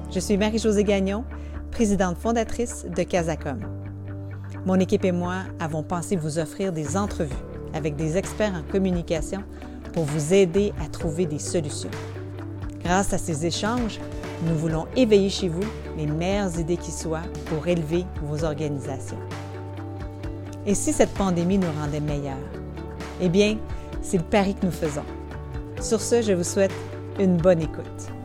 Je suis Marie-Josée Gagnon, présidente fondatrice de Casacom. Mon équipe et moi avons pensé vous offrir des entrevues avec des experts en communication pour vous aider à trouver des solutions. Grâce à ces échanges, nous voulons éveiller chez vous les meilleures idées qui soient pour élever vos organisations. Et si cette pandémie nous rendait meilleurs? Eh bien, c'est le pari que nous faisons. Sur ce, je vous souhaite une bonne écoute.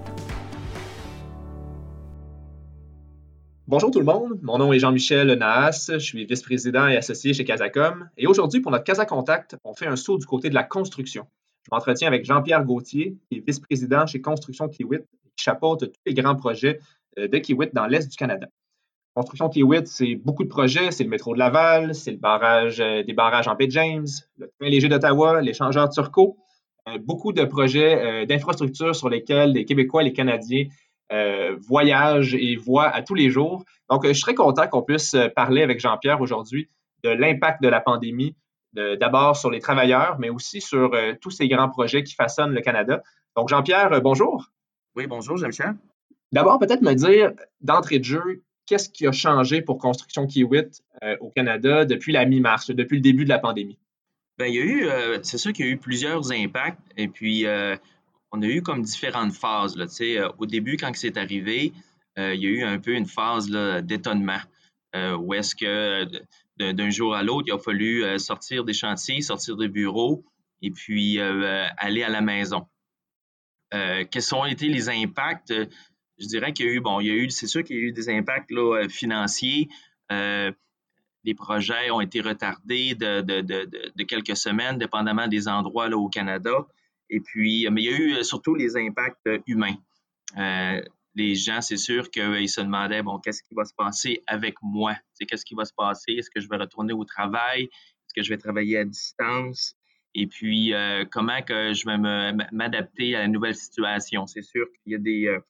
Bonjour tout le monde, mon nom est Jean-Michel Nahas, je suis vice-président et associé chez Casacom et aujourd'hui pour notre Casa Contact, on fait un saut du côté de la construction. Je m'entretiens avec Jean-Pierre Gauthier, qui est vice-président chez Construction Kiewit, qui chapeaute tous les grands projets de Kiewit dans l'Est du Canada. Construction Kiewit, c'est beaucoup de projets, c'est le métro de Laval, c'est le barrage, des barrages en baie James, le train léger d'Ottawa, l'échangeur Turcot, beaucoup de projets d'infrastructures sur lesquels les Québécois et les Canadiens voyagent et voient à tous les jours. Donc, je serais content qu'on puisse parler avec Jean-Pierre aujourd'hui de l'impact de la pandémie, d'abord sur les travailleurs, mais aussi sur tous ces grands projets qui façonnent le Canada. Donc, Jean-Pierre, bonjour. Oui, bonjour, Jean-Michel. D'abord, peut-être me dire, d'entrée de jeu, qu'est-ce qui a changé pour Construction Kiewit au Canada depuis la mi-mars, depuis le début de la pandémie? Bien, il y a eu, c'est sûr qu'il y a eu plusieurs impacts, et puis on a eu comme différentes phases. Là, au début, quand c'est arrivé, il y a eu un peu une phase là, d'étonnement, où est-ce que d'un jour à l'autre, il a fallu sortir des chantiers, sortir des bureaux, et puis aller à la maison. Quels ont été les impacts? Je dirais qu'il y a eu, c'est sûr qu'il y a eu des impacts là, financiers. Les projets ont été retardés de quelques semaines, dépendamment des endroits là, au Canada. Et puis, mais il y a eu surtout les impacts humains. Les gens, c'est sûr qu'ils se demandaient, bon, qu'est-ce qui va se passer avec moi? Qu'est-ce qui va se passer? Est-ce que je vais retourner au travail? Est-ce que je vais travailler à distance? Et puis, comment que je vais m'adapter à la nouvelle situation? C'est sûr qu'il y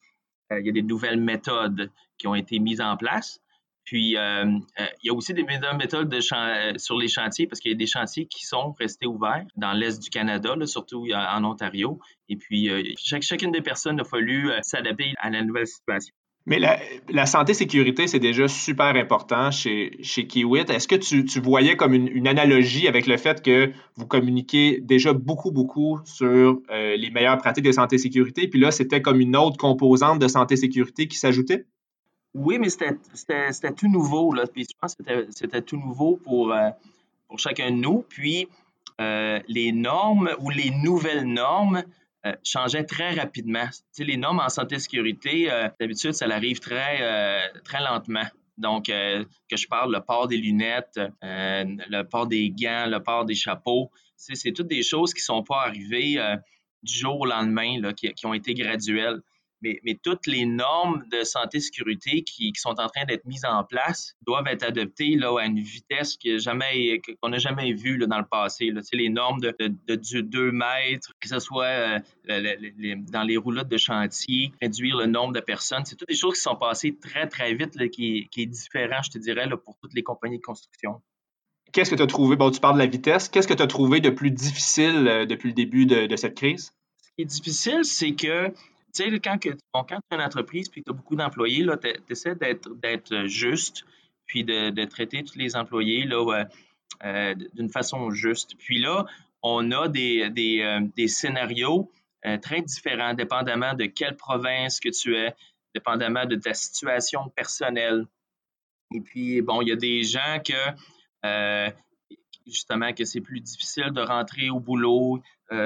a des nouvelles méthodes qui ont été mises en place. Puis, il y a aussi des méthodes sur les chantiers, parce qu'il y a des chantiers qui sont restés ouverts dans l'Est du Canada, là, surtout en Ontario. Et puis, chacune des personnes a fallu s'adapter à la nouvelle situation. Mais la santé-sécurité, c'est déjà super important chez Kiewit. Est-ce que tu voyais comme une analogie avec le fait que vous communiquez déjà beaucoup sur les meilleures pratiques de santé-sécurité, puis là, c'était comme une autre composante de santé-sécurité qui s'ajoutait? Oui, mais c'était tout nouveau, là. Puis je pense que c'était tout nouveau pour chacun de nous. Puis les normes ou les nouvelles normes changeaient très rapidement. Tu sais, les normes en santé-sécurité, d'habitude, ça arrive très lentement. Donc, que je parle, le port des lunettes, le port des gants, le port des chapeaux, c'est toutes des choses qui ne sont pas arrivées du jour au lendemain, là, qui ont été graduelles. Mais toutes les normes de santé-sécurité qui sont en train d'être mises en place doivent être adoptées là, à une vitesse qu'on n'a jamais vue là, dans le passé. Là. Tu sais, les normes de 2 mètres, que ce soit dans les roulottes de chantier, réduire le nombre de personnes, c'est toutes des choses qui sont passées très vite, là, qui est différent, je te dirais, là, pour toutes les compagnies de construction. Qu'est-ce que tu as trouvé? Bon, tu parles de la vitesse. Qu'est-ce que tu as trouvé de plus difficile depuis le début de cette crise? Ce qui est difficile, c'est que tu sais, quand tu es une entreprise et que tu as beaucoup d'employés, tu essaies d'être juste, puis de traiter tous les employés là, d'une façon juste. Puis là, on a des scénarios très différents, dépendamment de quelle province que tu es, dépendamment de ta situation personnelle. Et puis, bon, il y a des gens euh, justement, que c'est plus difficile de rentrer au boulot.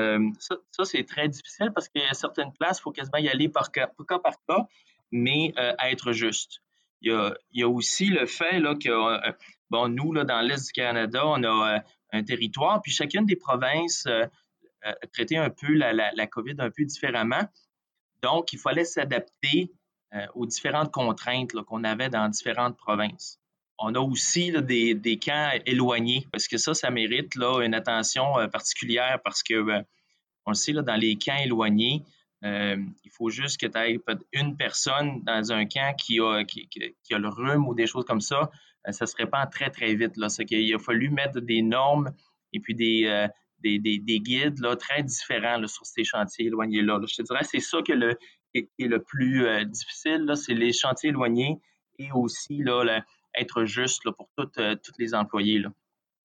Ça, c'est très difficile parce qu'il y a certaines places, il faut quasiment y aller par cas par cas, mais être juste. Il y a aussi le fait là, que, bon, nous, là, dans l'Est du Canada, on a un territoire, puis chacune des provinces traitait un peu la COVID un peu différemment. Donc, il fallait s'adapter aux différentes contraintes là, qu'on avait dans différentes provinces. On a aussi là, des camps éloignés, parce que ça mérite là, une attention particulière, parce que, on le sait, là, dans les camps éloignés, il faut juste que tu aies une personne dans un camp qui a le rhume ou des choses comme ça. Ça se répand très vite. Là. C'est qu'il a fallu mettre des normes et puis des guides là, très différents là, sur ces chantiers éloignés-là. Là. Je te dirais, c'est ça que qui est le plus difficile, là, c'est les chantiers éloignés et aussi là, être juste là, pour tous les employés. Là.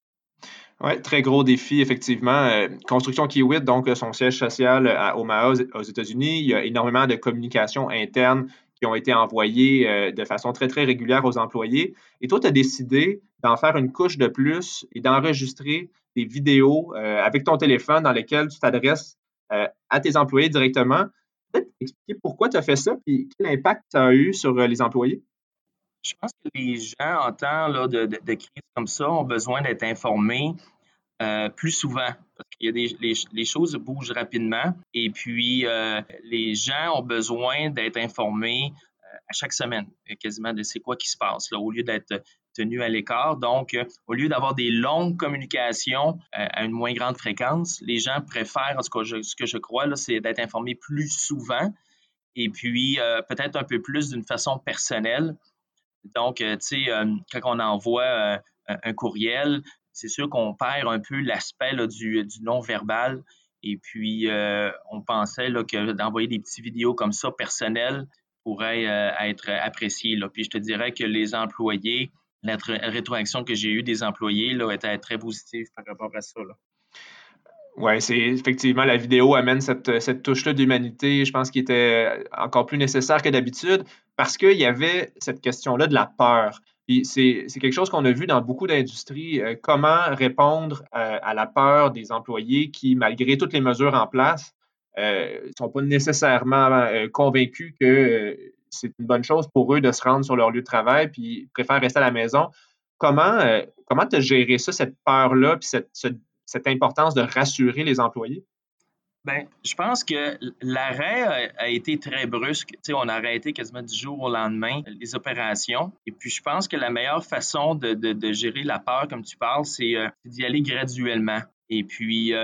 Oui, très gros défi, effectivement. Construction Kiewit, donc son siège social à Omaha, aux États-Unis, il y a énormément de communications internes qui ont été envoyées de façon très, très régulière aux employés. Et toi, tu as décidé d'en faire une couche de plus et d'enregistrer des vidéos avec ton téléphone dans lesquelles tu t'adresses à tes employés directement. Peut-être expliquer pourquoi tu as fait ça et quel impact ça a eu sur les employés? Je pense que les gens, en temps là, de crise comme ça, ont besoin d'être informés plus souvent. Parce qu'il y a les choses bougent rapidement et puis les gens ont besoin d'être informés à chaque semaine, quasiment de c'est quoi qui se passe, là, au lieu d'être tenus à l'écart. Donc, au lieu d'avoir des longues communications à une moins grande fréquence, les gens préfèrent, en tout cas, ce que je crois, là, c'est d'être informés plus souvent et puis peut-être un peu plus d'une façon personnelle. Donc, tu sais, quand on envoie un courriel, c'est sûr qu'on perd un peu l'aspect là, du non-verbal. Et puis, on pensait là, que d'envoyer des petites vidéos comme ça, personnelles, pourrait être apprécié. Là. Puis, je te dirais que les employés, la rétroaction que j'ai eue des employés là, était très positive par rapport à ça. Là. Oui, c'est effectivement, la vidéo amène cette touche-là d'humanité, je pense, qui était encore plus nécessaire que d'habitude, parce qu'il y avait cette question-là de la peur. Puis c'est quelque chose qu'on a vu dans beaucoup d'industries, comment répondre à la peur des employés qui, malgré toutes les mesures en place, ne sont pas nécessairement convaincus que c'est une bonne chose pour eux de se rendre sur leur lieu de travail, puis préfèrent rester à la maison. Comment tu as géré ça, cette peur-là, puis cette importance de rassurer les employés? Bien, je pense que l'arrêt a été très brusque. Tu sais, on a arrêté quasiment du jour au lendemain les opérations. Et puis, je pense que la meilleure façon de gérer la peur, comme tu parles, c'est d'y aller graduellement. Et puis,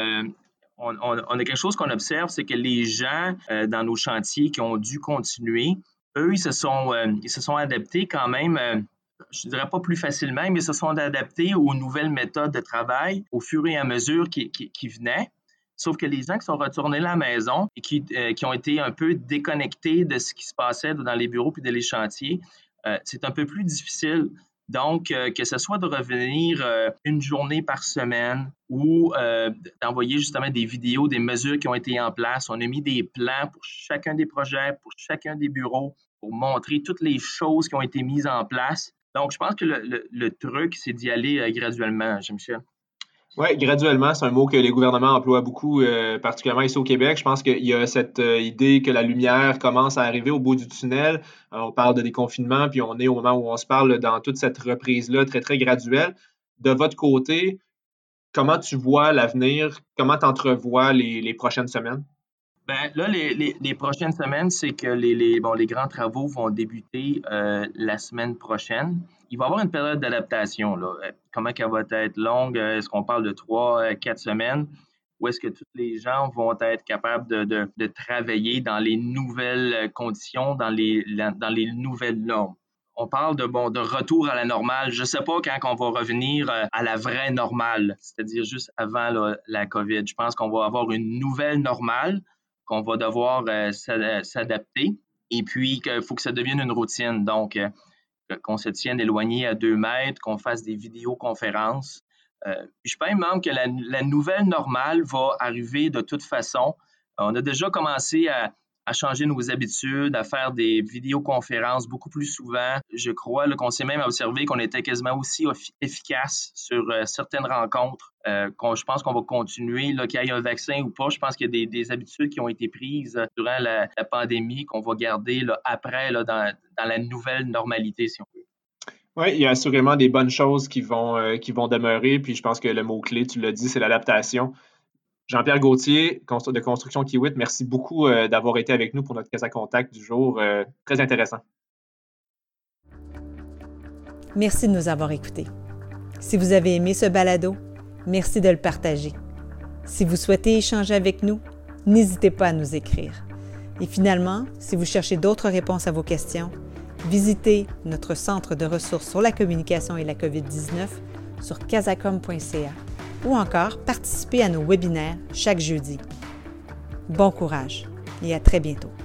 on a quelque chose qu'on observe, c'est que les gens dans nos chantiers qui ont dû continuer, eux, ils se sont adaptés quand même. Je ne dirais pas plus facilement, mais ils se sont adaptés aux nouvelles méthodes de travail au fur et à mesure qui venaient. Sauf que les gens qui sont retournés à la maison et qui ont été un peu déconnectés de ce qui se passait dans les bureaux puis dans les chantiers, c'est un peu plus difficile. Donc, que ce soit de revenir une journée par semaine ou d'envoyer justement des vidéos, des mesures qui ont été en place. On a mis des plans pour chacun des projets, pour chacun des bureaux, pour montrer toutes les choses qui ont été mises en place. Donc, je pense que le truc, c'est d'y aller graduellement, Jean-Michel. Oui, graduellement, c'est un mot que les gouvernements emploient beaucoup, particulièrement ici au Québec. Je pense qu'il y a cette idée que la lumière commence à arriver au bout du tunnel. On parle de déconfinement, puis on est au moment où on se parle dans toute cette reprise-là très, très graduelle. De votre côté, comment tu vois l'avenir? Comment tu entrevois les prochaines semaines? Ben là, les prochaines semaines, c'est que les grands travaux vont débuter la semaine prochaine. Il va y avoir une période d'adaptation. Là. Comment elle va être longue? Est-ce qu'on parle de 3, 4 semaines? Ou est-ce que tous les gens vont être capables de travailler dans les nouvelles conditions, dans les nouvelles normes? On parle de retour à la normale. Je ne sais pas quand on va revenir à la vraie normale, c'est-à-dire juste avant là, la COVID. Je pense qu'on va avoir une nouvelle normale qu'on va devoir s'adapter et puis qu'il faut que ça devienne une routine. Donc, qu'on se tienne éloigné à 2 mètres, qu'on fasse des vidéoconférences. Je pense même que la nouvelle normale va arriver de toute façon. On a déjà commencé à changer nos habitudes, à faire des vidéoconférences beaucoup plus souvent. Je crois qu'on s'est même observé qu'on était quasiment aussi efficace sur certaines rencontres. Je pense qu'on va continuer, là, qu'il y ait un vaccin ou pas. Je pense qu'il y a des habitudes qui ont été prises durant la pandémie qu'on va garder là, après là, dans la nouvelle normalité, si on veut. Oui, il y a assurément des bonnes choses qui vont demeurer. Puis je pense que le mot-clé, tu l'as dit, c'est l'adaptation. Jean-Pierre Gauthier, de Construction Kiewit, merci beaucoup d'avoir été avec nous pour notre Casa Contact du jour. Très intéressant. Merci de nous avoir écoutés. Si vous avez aimé ce balado, merci de le partager. Si vous souhaitez échanger avec nous, n'hésitez pas à nous écrire. Et finalement, si vous cherchez d'autres réponses à vos questions, visitez notre centre de ressources sur la communication et la COVID-19 sur casacom.ca ou encore participez à nos webinaires chaque jeudi. Bon courage et à très bientôt.